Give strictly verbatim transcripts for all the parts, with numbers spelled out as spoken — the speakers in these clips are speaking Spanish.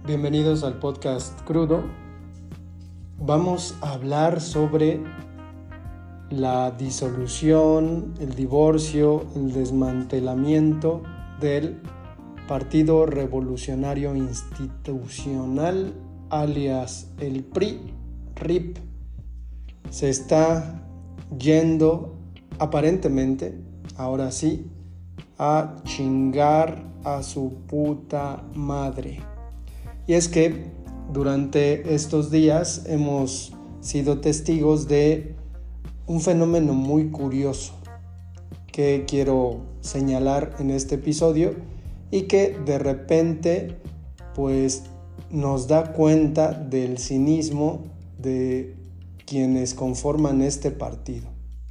Bienvenidos al podcast Crudo. Vamos a hablar sobre la disolución, el divorcio, el desmantelamiento del Partido Revolucionario Institucional, alias el P R I, R I P. Se está yendo aparentemente, ahora sí, a chingar a su puta madre. Y es que durante estos días hemos sido testigos de un fenómeno muy curioso que quiero señalar en este episodio y que de repente pues nos da cuenta del cinismo de quienes conforman este partido.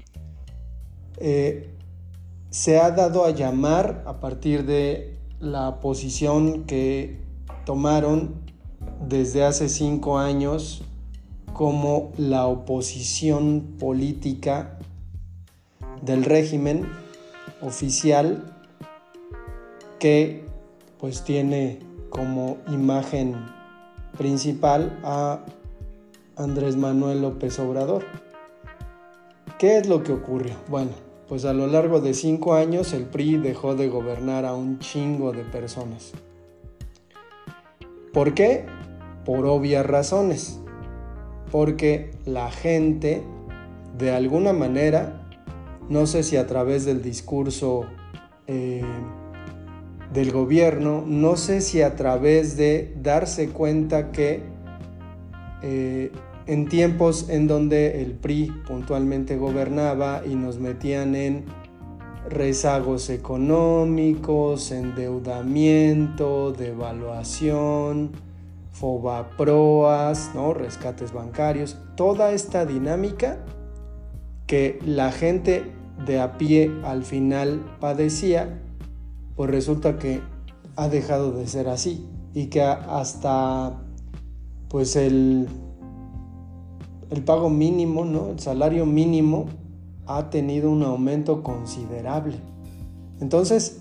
Eh, se ha dado a llamar a partir de la posición que tomaron desde hace cinco años como la oposición política del régimen oficial, que pues tiene como imagen principal a Andrés Manuel López Obrador. ¿Qué es lo que ocurrió? Bueno, pues a lo largo de cinco años el P R I dejó de gobernar a un chingo de personas. ¿Por qué? Por obvias razones. Porque la gente, de alguna manera, no sé si a través del discurso eh, del gobierno, no sé si a través de darse cuenta que eh, en tiempos en donde el P R I puntualmente gobernaba y nos metían en rezagos económicos, endeudamiento, devaluación, fobaproas, ¿no? Rescates bancarios, toda esta dinámica que la gente de a pie al final padecía, pues resulta que ha dejado de ser así y que hasta pues el, el pago mínimo, ¿no? El salario mínimo ha tenido un aumento considerable. Entonces,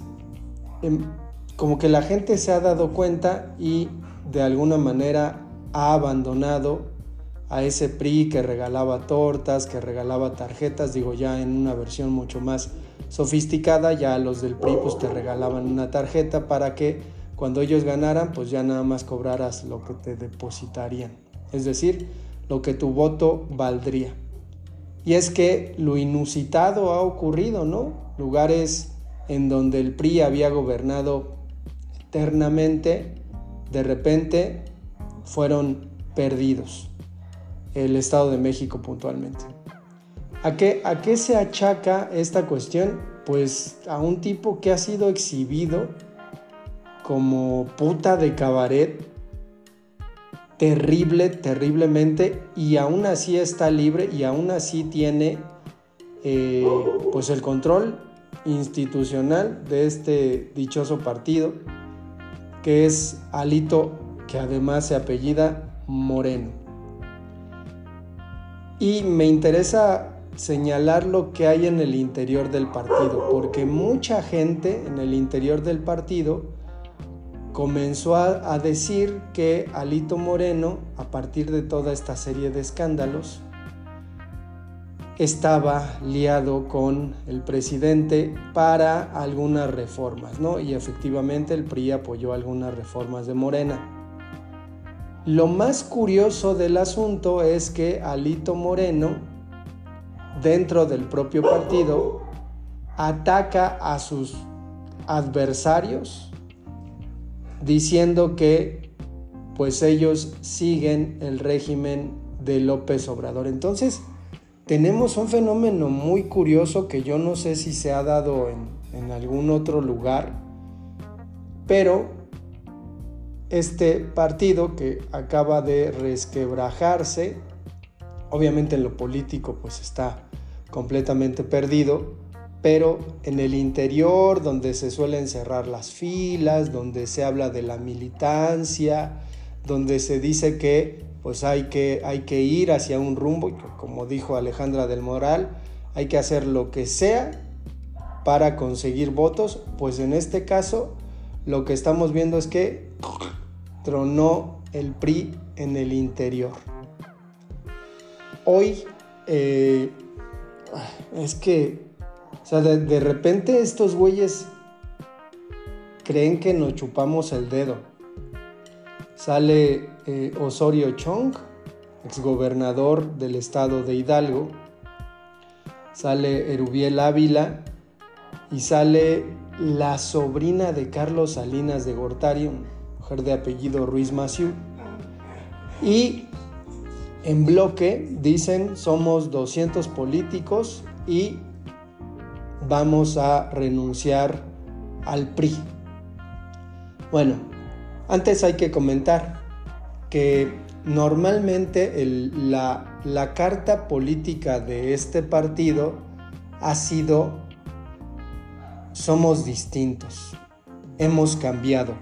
como que la gente se ha dado cuenta y de alguna manera ha abandonado a ese P R I que regalaba tortas, que regalaba tarjetas, digo ya en una versión mucho más sofisticada. Ya los del P R I pues te regalaban una tarjeta para que cuando ellos ganaran pues ya nada más cobraras lo que te depositarían, es decir, lo que tu voto valdría. Y es que lo inusitado ha ocurrido, ¿no? Lugares en donde el P R I había gobernado eternamente, de repente fueron perdidos. El Estado de México puntualmente. ¿A qué, a qué se achaca esta cuestión? Pues a un tipo que ha sido exhibido como puta de cabaret, terrible, terriblemente, y aún así está libre y aún así tiene eh, pues el control institucional de este dichoso partido, que es Alito, que además se apellida Moreno. Y me interesa señalar lo que hay en el interior del partido, porque mucha gente en el interior del partido comenzó a, a decir que Alito Moreno, a partir de toda esta serie de escándalos, estaba liado con el presidente para algunas reformas, ¿no? Y efectivamente el P R I apoyó algunas reformas de Morena. Lo más curioso del asunto es que Alito Moreno, dentro del propio partido, ataca a sus adversarios diciendo que pues ellos siguen el régimen de López Obrador. Entonces tenemos un fenómeno muy curioso que yo no sé si se ha dado en, en algún otro lugar, pero este partido que acaba de resquebrajarse, obviamente en lo político pues está completamente perdido, pero en el interior, donde se suelen cerrar las filas, donde se habla de la militancia, donde se dice que pues hay que, hay que ir hacia un rumbo, como dijo Alejandra del Moral, hay que hacer lo que sea para conseguir votos, pues en este caso lo que estamos viendo es que tronó el P R I en el interior. Hoy, eh, es que, o sea, de, de repente estos güeyes creen que nos chupamos el dedo. Sale eh, Osorio Chong, exgobernador del estado de Hidalgo. Sale Erubiel Ávila y sale la sobrina de Carlos Salinas de Gortari, mujer de apellido Ruiz Massieu. Y en bloque dicen: somos doscientos políticos y vamos a renunciar al P R I. Bueno, antes hay que comentar que normalmente el, la, la carta política de este partido ha sido: somos distintos, hemos cambiado,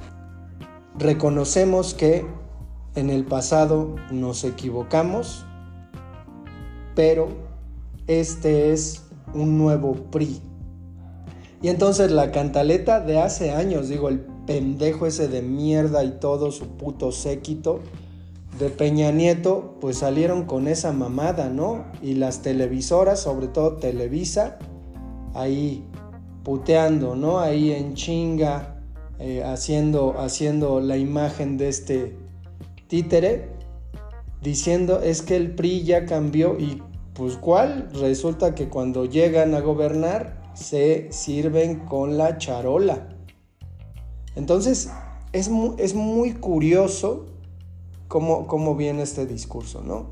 reconocemos que en el pasado nos equivocamos, pero este es un nuevo P R I. Y entonces la cantaleta de hace años, digo, el pendejo ese de mierda y todo su puto séquito de Peña Nieto, pues salieron con esa mamada, ¿no? Y las televisoras, sobre todo Televisa, ahí puteando, ¿no? Ahí en chinga, eh, haciendo, haciendo la imagen de este títere, diciendo: es que el P R I ya cambió. Y pues ¿cuál? Resulta que cuando llegan a gobernar se sirven con la charola. Entonces es muy, es muy curioso cómo, cómo viene este discurso, ¿no?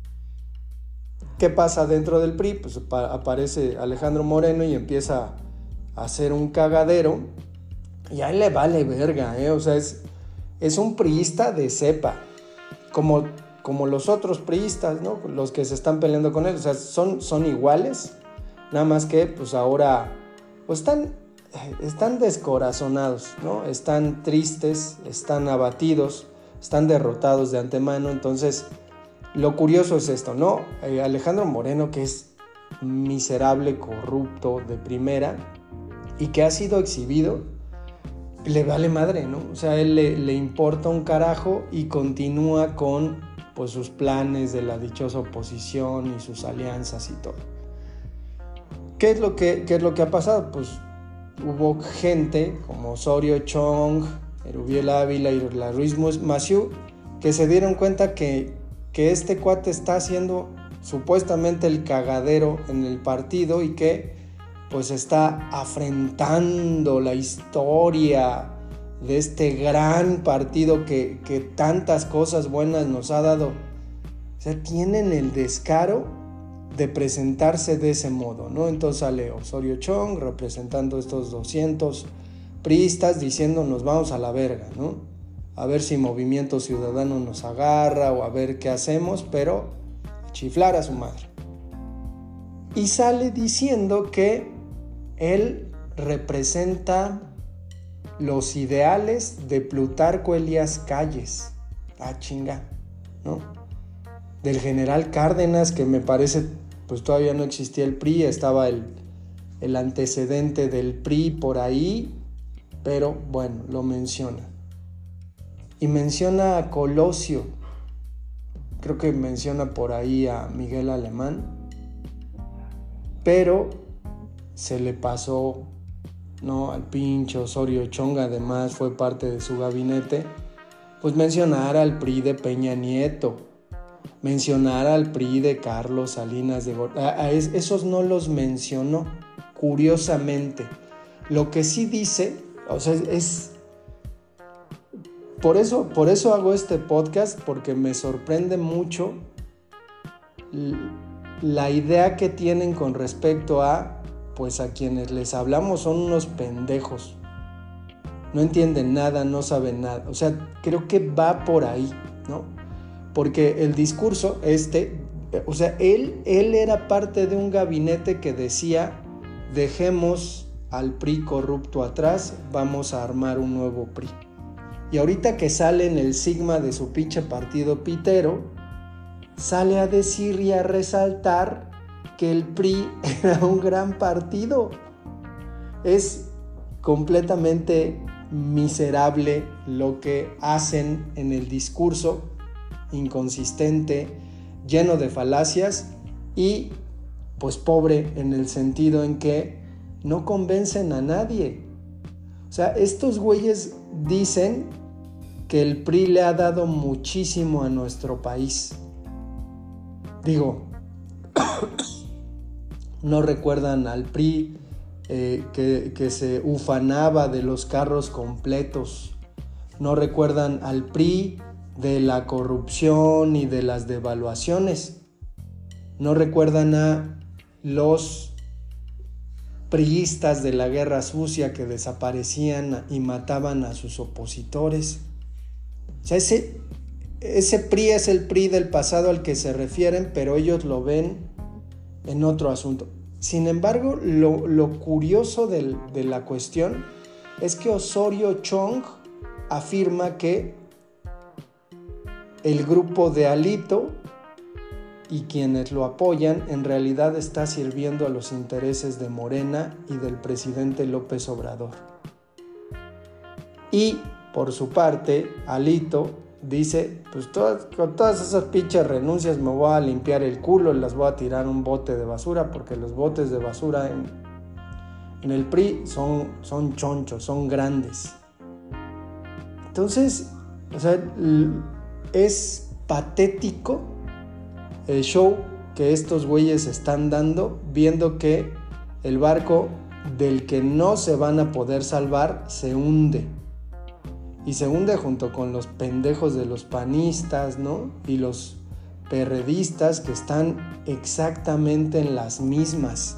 ¿Qué pasa dentro del P R I? Pues aparece Alejandro Moreno y empieza a hacer un cagadero, y a él le vale verga, ¿eh? O sea, es, es un priista de cepa, como, como los otros priistas, ¿no? Los que se están peleando con él, o sea, son, son iguales, nada más que pues ahora pues están, están descorazonados, ¿no? Están tristes, están abatidos, están derrotados de antemano. Entonces, lo curioso es esto, ¿no? Eh, Alejandro Moreno, que es miserable, corrupto de primera y que ha sido exhibido, le vale madre, ¿no? O sea, a él le, le importa un carajo y continúa con pues sus planes de la dichosa oposición y sus alianzas y todo. ¿Qué es lo que, qué es lo que ha pasado? Pues hubo gente como Osorio Chong, Erubiel Ávila y la Ruiz Massieu que se dieron cuenta que, que este cuate está haciendo supuestamente el cagadero en el partido y que pues está afrentando la historia de este gran partido que, que tantas cosas buenas nos ha dado. O sea, tienen el descaro de presentarse de ese modo, ¿no? Entonces sale Osorio Chong representando estos doscientos priistas diciendo: nos vamos a la verga, ¿no? A ver si Movimiento Ciudadano nos agarra o a ver qué hacemos, pero chiflar a su madre. Y sale diciendo que él representa los ideales de Plutarco Elías Calles. Ah, chinga, ¿no? Del general Cárdenas, que me parece, pues todavía no existía el P R I, estaba el, el antecedente del P R I por ahí, pero bueno, lo menciona. Y menciona a Colosio, creo que menciona por ahí a Miguel Alemán, pero se le pasó, ¿no? Al pinche Osorio Chong, además fue parte de su gabinete, pues mencionar al P R I de Peña Nieto, mencionar al P R I de Carlos Salinas de Gortari. A, a es, esos no los mencionó, curiosamente. Lo que sí dice, o sea, es... Por eso, por eso hago este podcast, porque me sorprende mucho la idea que tienen con respecto a, pues a quienes les hablamos son unos pendejos. No entienden nada, no saben nada. O sea, creo que va por ahí, ¿no? Porque el discurso este, o sea, él, él era parte de un gabinete que decía: dejemos al P R I corrupto atrás, vamos a armar un nuevo P R I. Y ahorita que sale en el sigma de su pinche partido pitero, sale a decir y a resaltar que el P R I era un gran partido. Es completamente miserable lo que hacen en el discurso, inconsistente, lleno de falacias y pues pobre en el sentido en que no convencen a nadie. O sea, estos güeyes dicen que el P R I le ha dado muchísimo a nuestro país. Digo, no recuerdan al P R I eh, que, que se ufanaba de los carros completos. No recuerdan al P R I de la corrupción y de las devaluaciones. No recuerdan a los priistas de la guerra sucia que desaparecían y mataban a sus opositores. O sea, ese, ese P R I es el P R I del pasado al que se refieren, pero ellos lo ven en otro asunto. Sin embargo, lo, lo curioso del, de la cuestión es que Osorio Chong afirma que el grupo de Alito y quienes lo apoyan en realidad está sirviendo a los intereses de Morena y del presidente López Obrador. Y por su parte, Alito dice, pues todas, con todas esas pinches renuncias me voy a limpiar el culo y las voy a tirar a un bote de basura, porque los botes de basura en, en el P R I son, son chonchos, son grandes. Entonces, o sea, es patético el show que estos güeyes están dando, viendo que el barco del que no se van a poder salvar se hunde. Y se hunde junto con los pendejos de los panistas, ¿no? Y los perredistas que están exactamente en las mismas.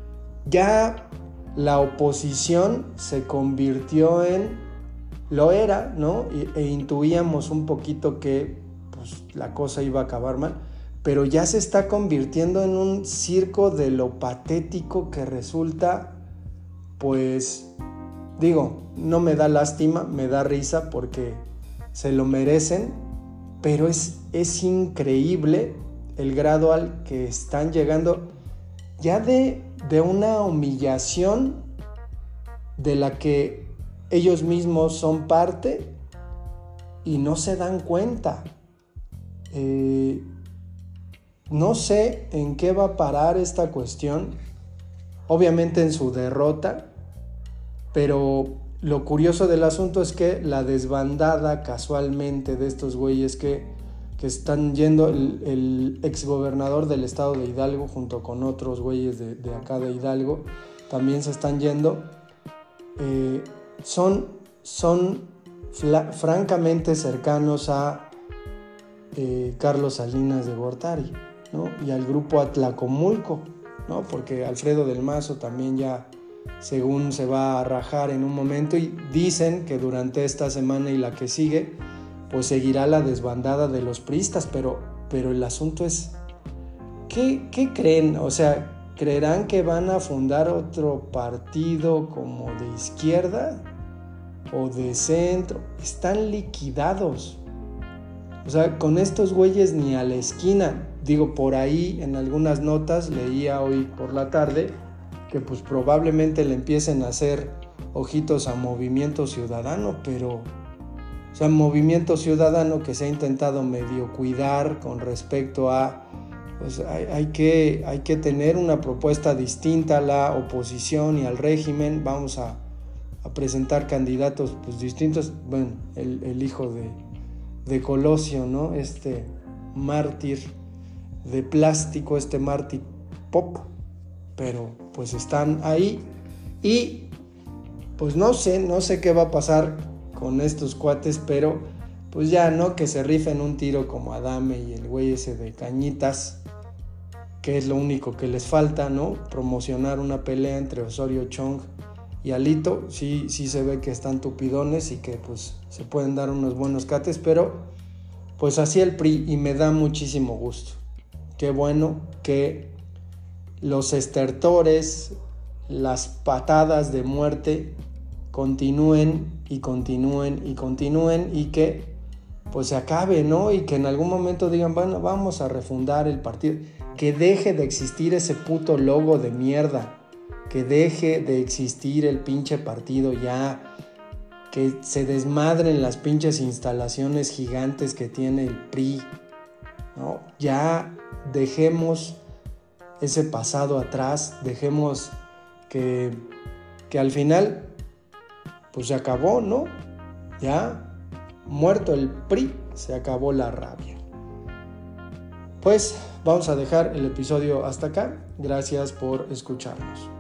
Ya la oposición se convirtió en, lo era, ¿no? E, e intuíamos un poquito que pues, la cosa iba a acabar mal, pero ya se está convirtiendo en un circo de lo patético que resulta, pues, digo, no me da lástima, me da risa porque se lo merecen, pero es, es increíble el grado al que están llegando ya de, de una humillación de la que ellos mismos son parte y no se dan cuenta. Eh, no sé en qué va a parar esta cuestión, obviamente en su derrota, pero lo curioso del asunto es que la desbandada casualmente de estos güeyes que, que están yendo, el, el exgobernador del estado de Hidalgo junto con otros güeyes de, de acá de Hidalgo, también se están yendo, eh, son, son fla, francamente cercanos a eh, Carlos Salinas de Gortari, ¿no? Y al grupo Atlacomulco, ¿no? Porque Alfredo del Mazo también ya según se va a rajar en un momento, y dicen que durante esta semana y la que sigue pues seguirá la desbandada de los priistas, pero, pero el asunto es ¿qué, ¿qué creen? O sea, ¿creerán que van a fundar otro partido como de izquierda o de centro? Están liquidados. O sea, con estos güeyes ni a la esquina. Digo, por ahí en algunas notas leía hoy por la tarde que pues probablemente le empiecen a hacer ojitos a Movimiento Ciudadano, pero o sea, Movimiento Ciudadano que se ha intentado medio cuidar con respecto a pues hay, hay, que, hay que tener una propuesta distinta a la oposición y al régimen, vamos a, a presentar candidatos pues distintos. Bueno, el, el hijo de, de Colosio, ¿no? Este mártir de plástico, este mártir pop, pero pues están ahí y pues no sé, no sé qué va a pasar con estos cuates, pero pues ya, ¿no? Que se rifen un tiro como Adame y el güey ese de Cañitas, que es lo único que les falta, ¿no? Promocionar una pelea entre Osorio Chong y Alito. Sí, sí se ve que están tupidones y que pues se pueden dar unos buenos cates, pero pues así el P R I, y me da muchísimo gusto. Qué bueno que los estertores, las patadas de muerte continúen y continúen y continúen y que pues se acabe, ¿no? Y que en algún momento digan, bueno, vamos a refundar el partido, que deje de existir ese puto logo de mierda, que deje de existir el pinche partido ya, que se desmadren las pinches instalaciones gigantes que tiene el P R I, ¿no? Ya dejemos ese pasado atrás, dejemos que, que al final pues se acabó, ¿no? Ya muerto el P R I, se acabó la rabia. Pues vamos a dejar el episodio hasta acá. Gracias por escucharnos.